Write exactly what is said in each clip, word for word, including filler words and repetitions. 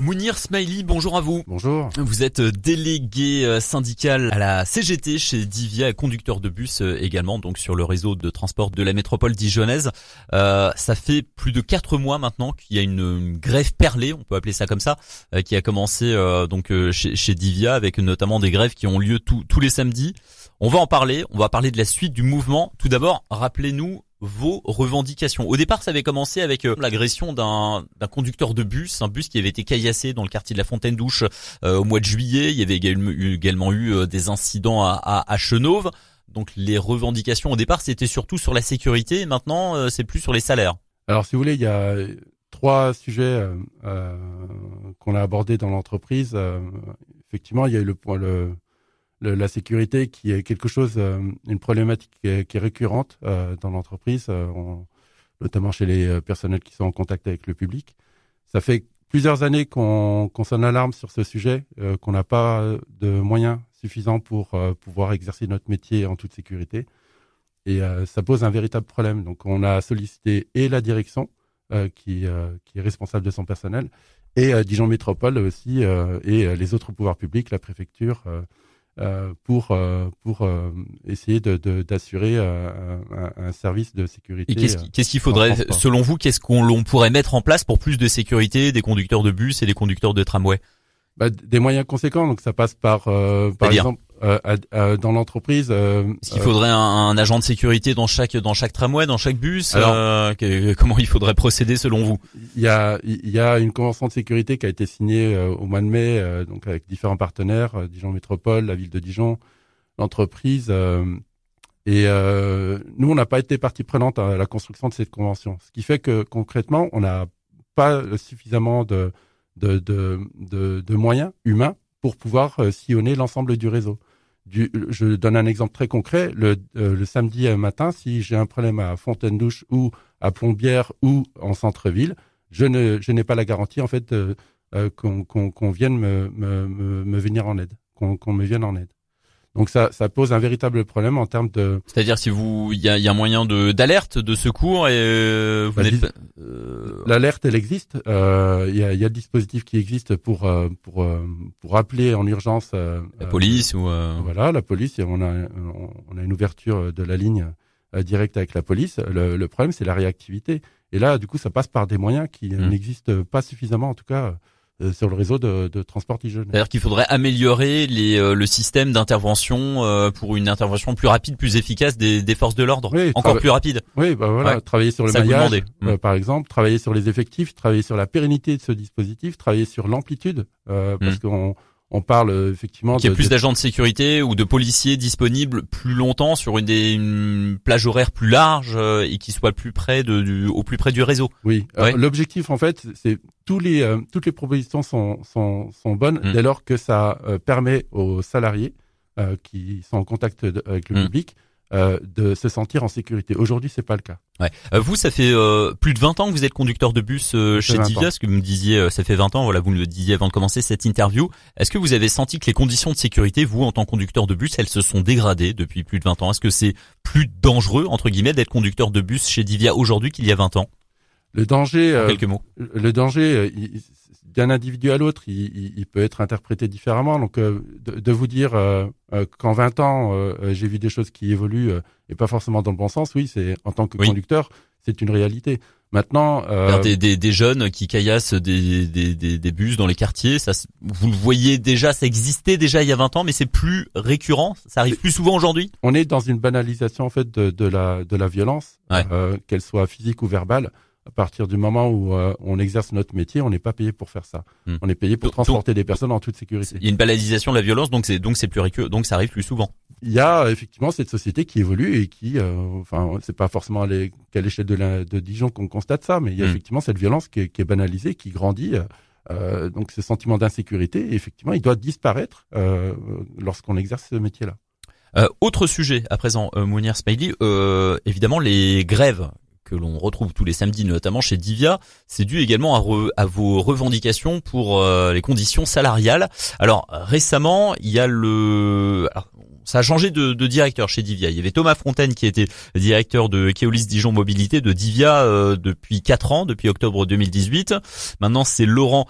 Mounir Smaili, bonjour à vous. Bonjour. Vous êtes délégué syndical à la C G T chez Divia et conducteur de bus également, donc sur le réseau de transport de la métropole dijonnaise. Euh, ça fait plus de quatre mois maintenant qu'il y a une, une grève perlée, on peut appeler ça comme ça, euh, qui a commencé euh, donc euh, chez, chez Divia, avec notamment des grèves qui ont lieu tout, tous les samedis. On va en parler, on va parler de la suite du mouvement. Tout d'abord, rappelez-nous vos revendications. Au départ, ça avait commencé avec euh, l'agression d'un, d'un conducteur de bus, un bus qui avait été caillassé dans le quartier de la Fontaine-Douche euh, au mois de juillet. Il y avait également eu, également eu euh, des incidents à, à, à Chenôve. Donc les revendications au départ, c'était surtout sur la sécurité. Et maintenant, euh, c'est plus sur les salaires. Alors, si vous voulez, il y a trois sujets euh, euh, qu'on a abordés dans l'entreprise. Euh, effectivement, il y a eu le point le Le, la sécurité qui est quelque chose, euh, une problématique qui est, qui est récurrente euh, dans l'entreprise, euh, on, notamment chez les euh, personnels qui sont en contact avec le public. Ça fait plusieurs années qu'on, qu'on sonne l'alarme sur ce sujet, euh, qu'on n'a pas de moyens suffisants pour euh, pouvoir exercer notre métier en toute sécurité. Et euh, ça pose un véritable problème. Donc on a sollicité et la direction, euh, qui, euh, qui est responsable de son personnel, et euh, Dijon Métropole aussi, euh, et euh, les autres pouvoirs publics, la préfecture, euh, Euh, pour euh, pour euh, essayer de, de d'assurer euh, un, un service de sécurité. Et qu'est-ce, qu'est-ce qu'il faudrait, selon vous, qu'est-ce qu'on l'on pourrait mettre en place pour plus de sécurité des conducteurs de bus et des conducteurs de tramway? Bah, des moyens conséquents. Donc ça passe par euh, par C'est-à-dire exemple euh, à, à, dans l'entreprise. Euh, Est-ce qu'il faudrait un, un agent de sécurité dans chaque dans chaque tramway, dans chaque bus? Alors, euh, que, comment il faudrait procéder selon vous? Il y a il y a une convention de sécurité qui a été signée euh, au mois de mai, euh, donc avec différents partenaires, euh, Dijon Métropole, la ville de Dijon, l'entreprise. Euh, et euh, nous, on n'a pas été partie prenante à la construction de cette convention, ce qui fait que concrètement, on n'a pas suffisamment de de de de, de moyens humains pour pouvoir euh, sillonner l'ensemble du réseau. Du, je donne un exemple très concret. Le, euh, le samedi matin, si j'ai un problème à Fontaine-Douche ou à Plombières ou en centre-ville, je ne je n'ai pas la garantie en fait euh, euh, qu'on, qu'on, qu'on vienne me, me, me, me venir en aide, qu'on, qu'on me vienne en aide. Donc ça, ça pose un véritable problème en termes de. C'est-à-dire si vous, il y a, il y a un moyen de d'alerte, de secours et euh, vous bah, n'êtes dis... euh... L'alerte, elle existe. Euh, il y a, il y a le dispositif qui existe pour euh, pour euh, pour appeler en urgence. Euh, la police euh, ou. Euh... Voilà, la police. On a on a une ouverture de la ligne euh, directe avec la police. Le, le problème, c'est la réactivité. Et là, du coup, ça passe par des moyens qui mmh. n'existent pas suffisamment, en tout cas. Sur le réseau de, de transport dijonnais. C'est-à-dire qu'il faudrait améliorer les, euh, le système d'intervention euh, pour une intervention plus rapide, plus efficace des, des forces de l'ordre, oui, encore trava- plus rapide. Oui, bah voilà, ouais. Travailler sur le Ça maillage, euh, mmh. par exemple, travailler sur les effectifs, travailler sur la pérennité de ce dispositif, travailler sur l'amplitude, euh, parce mmh. qu'on on parle euh, effectivement qu'il y ait de, plus de... d'agents de sécurité ou de policiers disponibles plus longtemps sur une, des, une plage horaire plus large euh, et qui soit plus près de, du, au plus près du réseau. Oui, ouais. euh, l'objectif en fait, c'est tous les euh, toutes les propositions sont sont sont bonnes mmh. dès lors que ça euh, permet aux salariés euh, qui sont en contact de, avec le mmh. public euh, de se sentir en sécurité. Aujourd'hui, c'est pas le cas. Ouais. Euh, vous, ça fait euh, plus de vingt ans que vous êtes conducteur de bus euh, chez Divia, ce que vous me disiez, euh, ça fait vingt ans, voilà, vous me le disiez avant de commencer cette interview. Est-ce que vous avez senti que les conditions de sécurité, vous, en tant que conducteur de bus, elles se sont dégradées depuis plus de vingt ans? Est-ce que c'est plus dangereux, entre guillemets, d'être conducteur de bus chez Divia aujourd'hui qu'il y a vingt ans? Le danger, en quelques mots. Euh, le danger, il, d'un individu à l'autre, il, il, il peut être interprété différemment. Donc, euh, de, de vous dire euh, euh, qu'en vingt ans, euh, j'ai vu des choses qui évoluent euh, et pas forcément dans le bon sens. Oui, c'est en tant que oui. conducteur, c'est une réalité. Maintenant, euh, des, des, des jeunes qui caillassent des, des, des, des bus dans les quartiers, ça, vous le voyez déjà, ça existait déjà il y a vingt ans, mais c'est plus récurrent. Ça arrive plus souvent aujourd'hui. On est dans une banalisation en fait de, de la de la violence, ouais. euh, qu'elle soit physique ou verbale. À partir du moment où euh, on exerce notre métier, on n'est pas payé pour faire ça. Mmh. On est payé pour donc, transporter des personnes en toute sécurité. Il y a une banalisation de la violence, donc c'est donc c'est plus récurrent, donc ça arrive plus souvent. Il y a effectivement cette société qui évolue et qui, euh, enfin, c'est pas forcément à l'échelle de, la, de Dijon qu'on constate ça, mais il y a mmh. effectivement cette violence qui est, qui est banalisée, qui grandit. Euh, donc ce sentiment d'insécurité, effectivement, il doit disparaître euh, lorsqu'on exerce ce métier-là. Euh, autre sujet à présent, euh, Mounir Smaili, euh, évidemment les grèves que l'on retrouve tous les samedis, notamment chez Divia, c'est dû également à, re, à vos revendications pour euh, les conditions salariales. Alors récemment, il y a le, alors, ça a changé de, de directeur chez Divia. Il y avait Thomas Fontaine qui était directeur de Keolis Dijon Mobilité de Divia euh, depuis quatre ans, depuis octobre deux mille dix-huit. Maintenant, c'est Laurent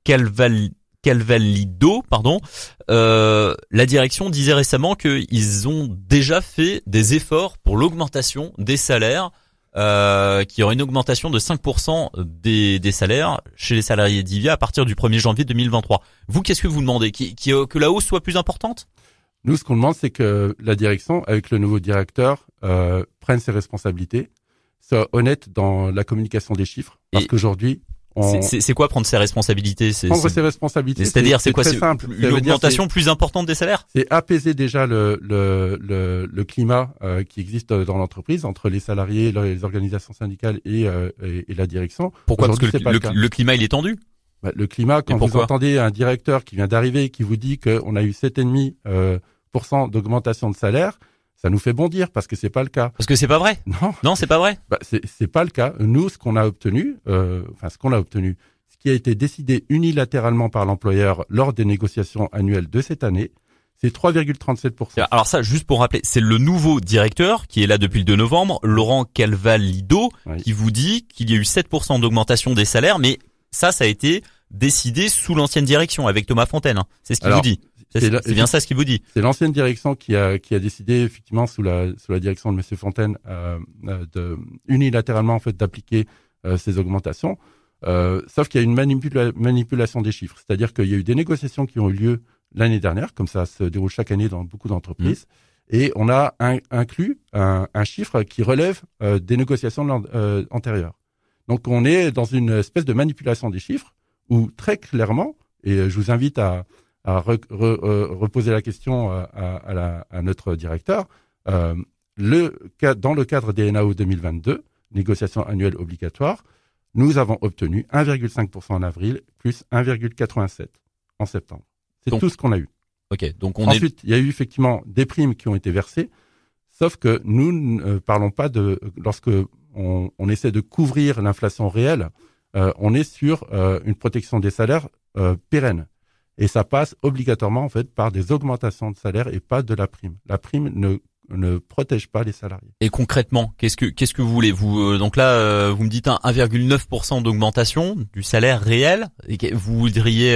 Calval Calvalido, pardon, euh, la direction disait récemment qu'ils ont déjà fait des efforts pour l'augmentation des salaires, euh, qu'il y aura une augmentation de cinq pour cent des, des salaires chez les salariés d'Ivia à partir du premier janvier deux mille vingt-trois. Vous, qu'est-ce que vous demandez? Qui, qui, que la hausse soit plus importante? Nous, ce qu'on demande, c'est que la direction, avec le nouveau directeur, euh, prenne ses responsabilités, soit honnête dans la communication des chiffres, parce Et... qu'aujourd'hui, On... C'est, c'est quoi prendre ses responsabilités? C'est, prendre c'est... ses responsabilités. C'est-à-dire, c'est, c'est quoi? Très c'est simple. Une augmentation dire, plus importante des salaires? C'est apaiser déjà le le le, le climat euh, qui existe dans l'entreprise entre les salariés, les organisations syndicales et euh, et, et la direction. Pourquoi? Parce que le, le, le, le climat il est tendu. Bah, le climat, quand vous entendez un directeur qui vient d'arriver qui vous dit qu'on a eu sept virgule cinq pour cent euh, pour cent d'augmentation de salaire, ça nous fait bondir parce que c'est pas le cas. Parce que c'est pas vrai. Non, non, c'est pas vrai. Bah, c'est c'est pas le cas. Nous, ce qu'on a obtenu, euh, enfin ce qu'on a obtenu. Qui a été décidé unilatéralement par l'employeur lors des négociations annuelles de cette année, c'est trois virgule trente-sept pour cent. Alors ça, juste pour rappeler, c'est le nouveau directeur qui est là depuis le deux novembre, Laurent Calvalido, oui. qui vous dit qu'il y a eu sept pour cent d'augmentation des salaires, mais ça, ça a été décidé sous l'ancienne direction avec Thomas Fontaine. C'est ce qu'il Alors, vous dit. C'est, c'est, c'est bien ça ce qu'il vous dit. C'est l'ancienne direction qui a qui a décidé effectivement sous la sous la direction de Monsieur Fontaine euh, de unilatéralement en fait d'appliquer euh, ces augmentations. Euh, sauf qu'il y a une manipula- manipulation des chiffres, c'est-à-dire qu'il y a eu des négociations qui ont eu lieu l'année dernière, comme ça se déroule chaque année dans beaucoup d'entreprises, mmh. et on a un, inclus un, un chiffre qui relève euh, des négociations euh, antérieures. Donc on est dans une espèce de manipulation des chiffres où très clairement, et je vous invite à, à re, re, re, reposer la question à, à, la, à notre directeur, euh, le, dans le cadre des N A O deux mille vingt-deux, négociations annuelles obligatoires, nous avons obtenu un virgule cinq pour cent en avril, plus un virgule quatre-vingt-sept en septembre. C'est donc, tout ce qu'on a eu. Ok, donc on Ensuite, est... il y a eu effectivement des primes qui ont été versées, sauf que nous ne parlons pas de... Lorsque on, on essaie de couvrir l'inflation réelle, euh, on est sur euh, une protection des salaires euh, pérenne. Et ça passe obligatoirement en fait par des augmentations de salaire et pas de la prime. La prime ne ne protège pas les salariés. Et concrètement, qu'est-ce que qu'est-ce que vous voulez vous euh, donc là euh, vous me dites un un virgule neuf pour cent d'augmentation du salaire réel et vous voudriez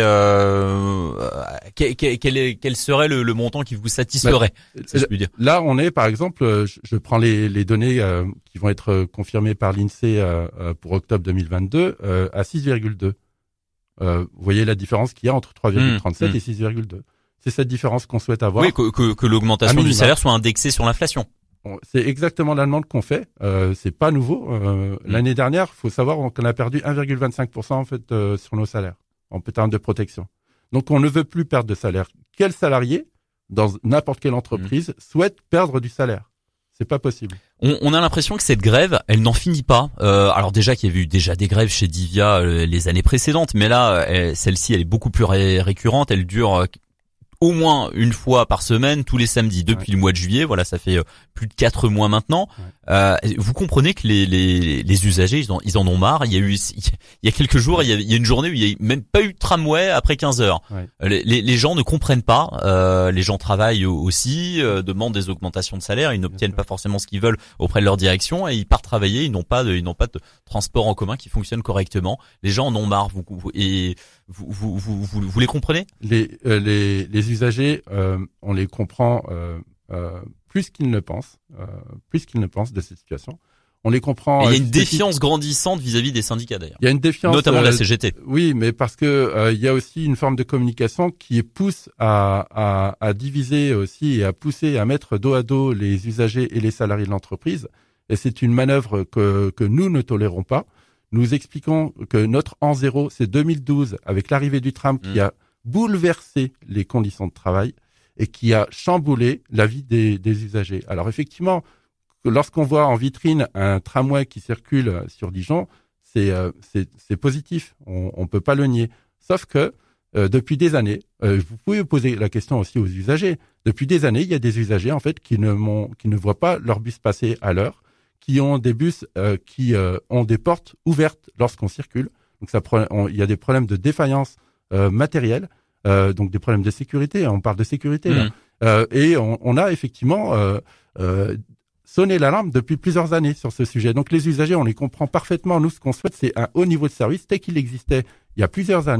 euh, quel, quel, quel, quel serait le, le montant qui vous satisferait bah, si je puis dire. Là, on est par exemple, je, je prends les les données euh, qui vont être confirmées par l'INSEE euh, pour octobre deux mille vingt-deux euh, à six virgule deux. Euh, vous voyez la différence qu'il y a entre trois virgule trente-sept mmh, mmh. et six virgule deux. C'est cette différence qu'on souhaite avoir. Oui, que, que, que l'augmentation du salaire soit indexée sur l'inflation. C'est exactement la demande qu'on fait. Euh, c'est pas nouveau. Euh, mmh. L'année dernière, il faut savoir qu'on a perdu un virgule vingt-cinq pour cent en fait euh, sur nos salaires en termes de protection. Donc, on ne veut plus perdre de salaire. Quel salarié dans n'importe quelle entreprise mmh. souhaite perdre du salaire? C'est pas possible. On, on a l'impression que cette grève, elle n'en finit pas. Euh, alors déjà qu'il y avait eu déjà des grèves chez Divia euh, les années précédentes, mais là, elle, celle-ci, elle est beaucoup plus ré- récurrente. Elle dure euh, au moins une fois par semaine, tous les samedis, depuis ouais. le mois de juillet. Voilà, ça fait euh, plus de quatre mois maintenant. Ouais. Euh, vous comprenez que les, les, les usagers, ils en, ils en ont marre. Il y a eu, il y a quelques jours, il y a, il y a une journée où il y a même pas eu de tramway après quinze heures. Ouais. Les, les, les gens ne comprennent pas. Euh, les gens travaillent aussi, euh, demandent des augmentations de salaire. Ils n'obtiennent pas forcément ce qu'ils veulent auprès de leur direction et ils partent travailler. Ils n'ont pas de, ils n'ont pas de transport en commun qui fonctionne correctement. Les gens en ont marre. Vous, vous et vous, vous, vous, vous, vous les comprenez? Les, euh, les, les usagers, euh, on les comprend. Euh, euh, plus qu'ils ne pensent, euh, plus qu'ils ne pensent de cette situation. On les comprend. Et il y a une défiance grandissante vis-à-vis des syndicats d'ailleurs. Il y a une défiance, notamment euh, de la C G T. Oui, mais parce que euh, il y a aussi une forme de communication qui pousse à, à, à diviser aussi et à pousser à mettre dos à dos les usagers et les salariés de l'entreprise. Et c'est une manœuvre que que nous ne tolérons pas. Nous expliquons que notre an zéro, c'est deux mille douze avec l'arrivée du tram qui mmh. a bouleversé les conditions de travail et qui a chamboulé la vie des, des usagers. Alors effectivement, lorsqu'on voit en vitrine un tramway qui circule sur Dijon, c'est euh, c'est, c'est positif, on on peut pas le nier. Sauf que euh, depuis des années, euh, vous pouvez poser la question aussi aux usagers. Depuis des années, il y a des usagers en fait qui ne m'ont, qui ne voient pas leur bus passer à l'heure, qui ont des bus euh, qui euh, ont des portes ouvertes lorsqu'on circule. Donc ça, on, il y a des problèmes de défaillance euh, matérielle. Euh, donc des problèmes de sécurité, on parle de sécurité là. Mmh. Euh, et on, on a effectivement euh, euh, sonné l'alarme depuis plusieurs années sur ce sujet. Donc les usagers, on les comprend parfaitement. Nous, ce qu'on souhaite, c'est un haut niveau de service tel qu'il existait il y a plusieurs années.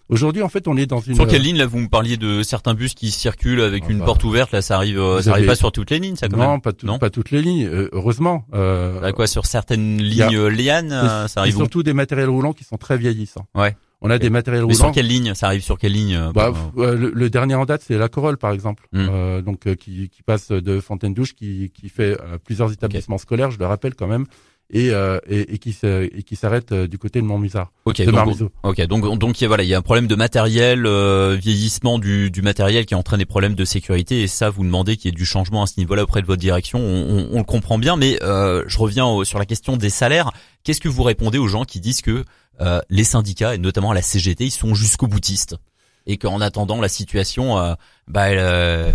Aujourd'hui, en fait, on est dans une... Sur quelle ligne, là, vous me parliez de certains bus qui circulent avec oh, une bah, porte ouverte, là, ça arrive, ça avez... arrive pas sur toutes les lignes, ça, quand non, même? pas tout, non, pas toutes les lignes, euh, heureusement. Euh, bah, quoi, sur certaines lignes a... lianes, euh, ça arrive où? Surtout des matériels roulants qui sont très vieillissants. Ouais. On a okay. des matériels Mais roulants. sur quelle ligne? Ça arrive sur quelle ligne? Bah, pour... le, le dernier en date, c'est la Corolle, par exemple, mm. euh, donc euh, qui, qui passe de Fontaine-Douche, qui, qui fait euh, plusieurs établissements okay. scolaires, je le rappelle quand même. Et, euh, et, et qui se, et qui s'arrête euh, du côté de Montmusard. Ok, de donc, ok, donc donc il y a voilà, il y a un problème de matériel, euh, vieillissement du, du matériel qui entraîne des problèmes de sécurité, et ça vous demandez qu'il y ait du changement à ce niveau-là auprès de votre direction. On, on, on le comprend bien, mais euh, je reviens au, sur la question des salaires. Qu'est-ce que vous répondez aux gens qui disent que euh, les syndicats et notamment la C G T, ils sont jusqu'au boutiste et qu'en attendant la situation, euh, bah elle, euh,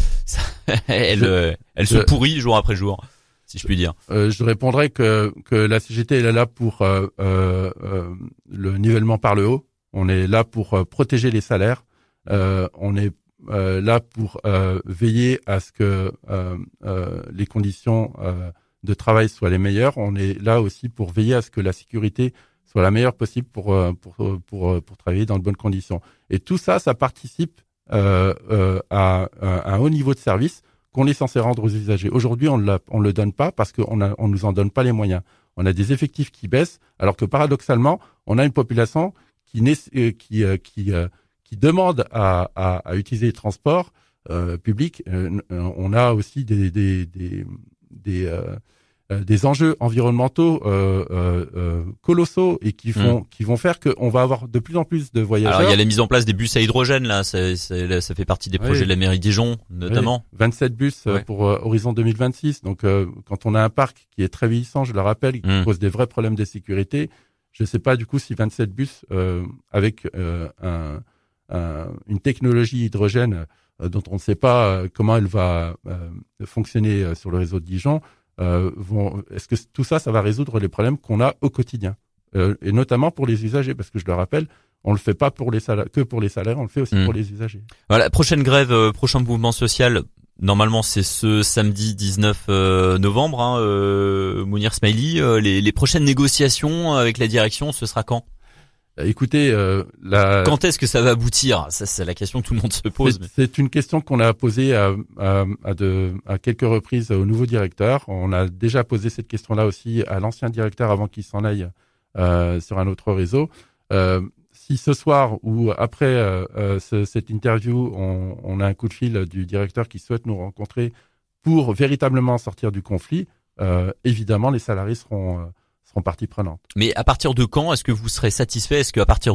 elle, je, elle, elle je, se pourrit jour après jour, si je puis dire. Euh, je répondrais que que la C G T elle est là pour euh, euh, euh, le nivellement par le haut. On est là pour euh, protéger les salaires. Euh, on est euh, là pour euh, veiller à ce que euh, euh, les conditions euh, de travail soient les meilleures. On est là aussi pour veiller à ce que la sécurité soit la meilleure possible pour pour pour pour, pour travailler dans de bonnes conditions. Et tout ça, ça participe euh, euh, à, à un haut niveau de service qu'on est censé rendre aux usagers. Aujourd'hui, on ne on le donne pas parce qu'on a, on nous en donne pas les moyens. On a des effectifs qui baissent, alors que paradoxalement, on a une population qui qui qui qui, qui demande à, à, à utiliser les transports euh, publics. Euh, on a aussi des des des des, euh, des enjeux environnementaux euh, euh, colossaux et qui font mmh. qui vont faire qu'on va avoir de plus en plus de voyageurs. Alors il y a la mise en place des bus à hydrogène là, c'est, c'est, ça fait partie des projets oui. de la mairie de Dijon notamment. Oui. vingt-sept bus ouais. pour euh, Horizon deux mille vingt-six. Donc euh, quand on a un parc qui est très vieillissant, je le rappelle, qui mmh. pose des vrais problèmes de sécurité, je ne sais pas du coup si vingt-sept bus euh, avec euh, un, un, une technologie hydrogène euh, dont on ne sait pas euh, comment elle va euh, fonctionner euh, sur le réseau de Dijon. Euh, vont, est-ce que tout ça, ça va résoudre les problèmes qu'on a au quotidien euh, et notamment pour les usagers, parce que je le rappelle, on le fait pas pour les salaires, que pour les salaires, on le fait aussi mmh. pour les usagers. Voilà, prochaine grève, euh, prochain mouvement social. Normalement, c'est ce samedi dix-neuf novembre. Hein, euh, Mounir Smaili, euh, les, les prochaines négociations avec la direction, ce sera quand ? Écoutez, euh, la... quand est-ce que ça va aboutir ? Ça, c'est la question que tout le monde se pose. C'est, mais... c'est une question qu'on a posée à, à, à, de, à quelques reprises au nouveau directeur. On a déjà posé cette question-là aussi à l'ancien directeur avant qu'il s'en aille euh, sur un autre réseau. Euh, si ce soir ou après euh, euh, ce, cette interview, on, on a un coup de fil du directeur qui souhaite nous rencontrer pour véritablement sortir du conflit, euh, évidemment, les salariés seront... Euh, seront partie prenante. Mais à partir de quand est-ce que vous serez satisfait ? Est-ce qu'à partir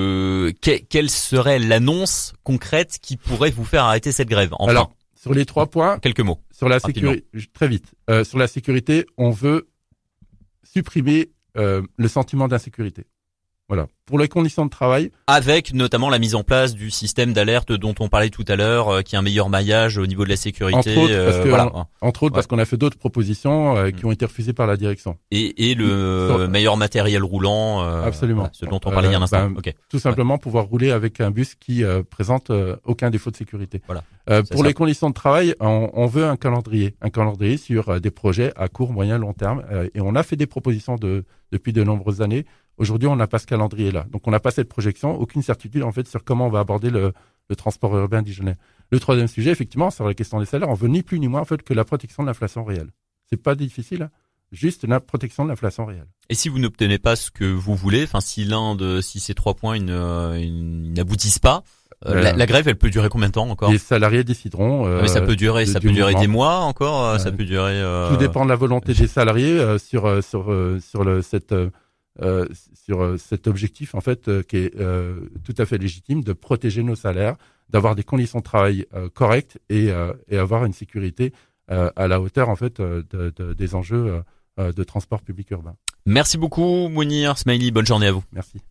de que, quelle serait l'annonce concrète qui pourrait vous faire arrêter cette grève ? Enfin, alors sur les trois points, quelques mots. Sur la sécurité, très vite. Euh, sur la sécurité, on veut supprimer euh, le sentiment d'insécurité. Voilà. Pour les conditions de travail. Avec notamment la mise en place du système d'alerte dont on parlait tout à l'heure, euh, qui est un meilleur maillage au niveau de la sécurité. Entre autres, parce, euh, que voilà. on, entre autres ouais. parce qu'on a fait d'autres propositions euh, qui mmh. ont été refusées par la direction. Et, et le euh, meilleur matériel roulant. Euh, Absolument. Voilà, ce dont on parlait euh, il y a un instant. Ben, okay. Tout simplement ouais. pouvoir rouler avec un bus qui euh, présente euh, aucun défaut de sécurité. Voilà. Euh, pour ça. Les conditions de travail, on, on veut un calendrier. Un calendrier sur euh, des projets à court, moyen, long terme. Euh, et on a fait des propositions de, depuis de nombreuses années. Aujourd'hui, on n'a pas ce calendrier-là. Donc, on n'a pas cette projection, aucune certitude, en fait, sur comment on va aborder le, le transport urbain dijonnais. Le troisième sujet, effectivement, sur la question des salaires, on veut ni plus ni moins, en fait, que la protection de l'inflation réelle. C'est pas difficile, hein. Juste la protection de l'inflation réelle. Et si vous n'obtenez pas ce que vous voulez, enfin, si l'un de, si ces trois points, ils, ne, ils n'aboutissent pas, euh, euh, la, la grève, elle peut durer combien de temps encore ? Les salariés décideront. Euh, ah, mais ça peut durer, ça peut mouvement. durer des mois encore. Euh, ça peut durer. Euh... Tout dépend de la volonté des salariés euh, sur sur euh, sur le cette euh, Euh, sur euh, cet objectif en fait euh, qui est euh, tout à fait légitime de protéger nos salaires, d'avoir des conditions de travail euh, correctes et, euh, et avoir une sécurité euh, à la hauteur en fait euh, de, de, des enjeux euh, de transport public urbain. Merci beaucoup Mounir Smaili, bonne journée à vous. Merci.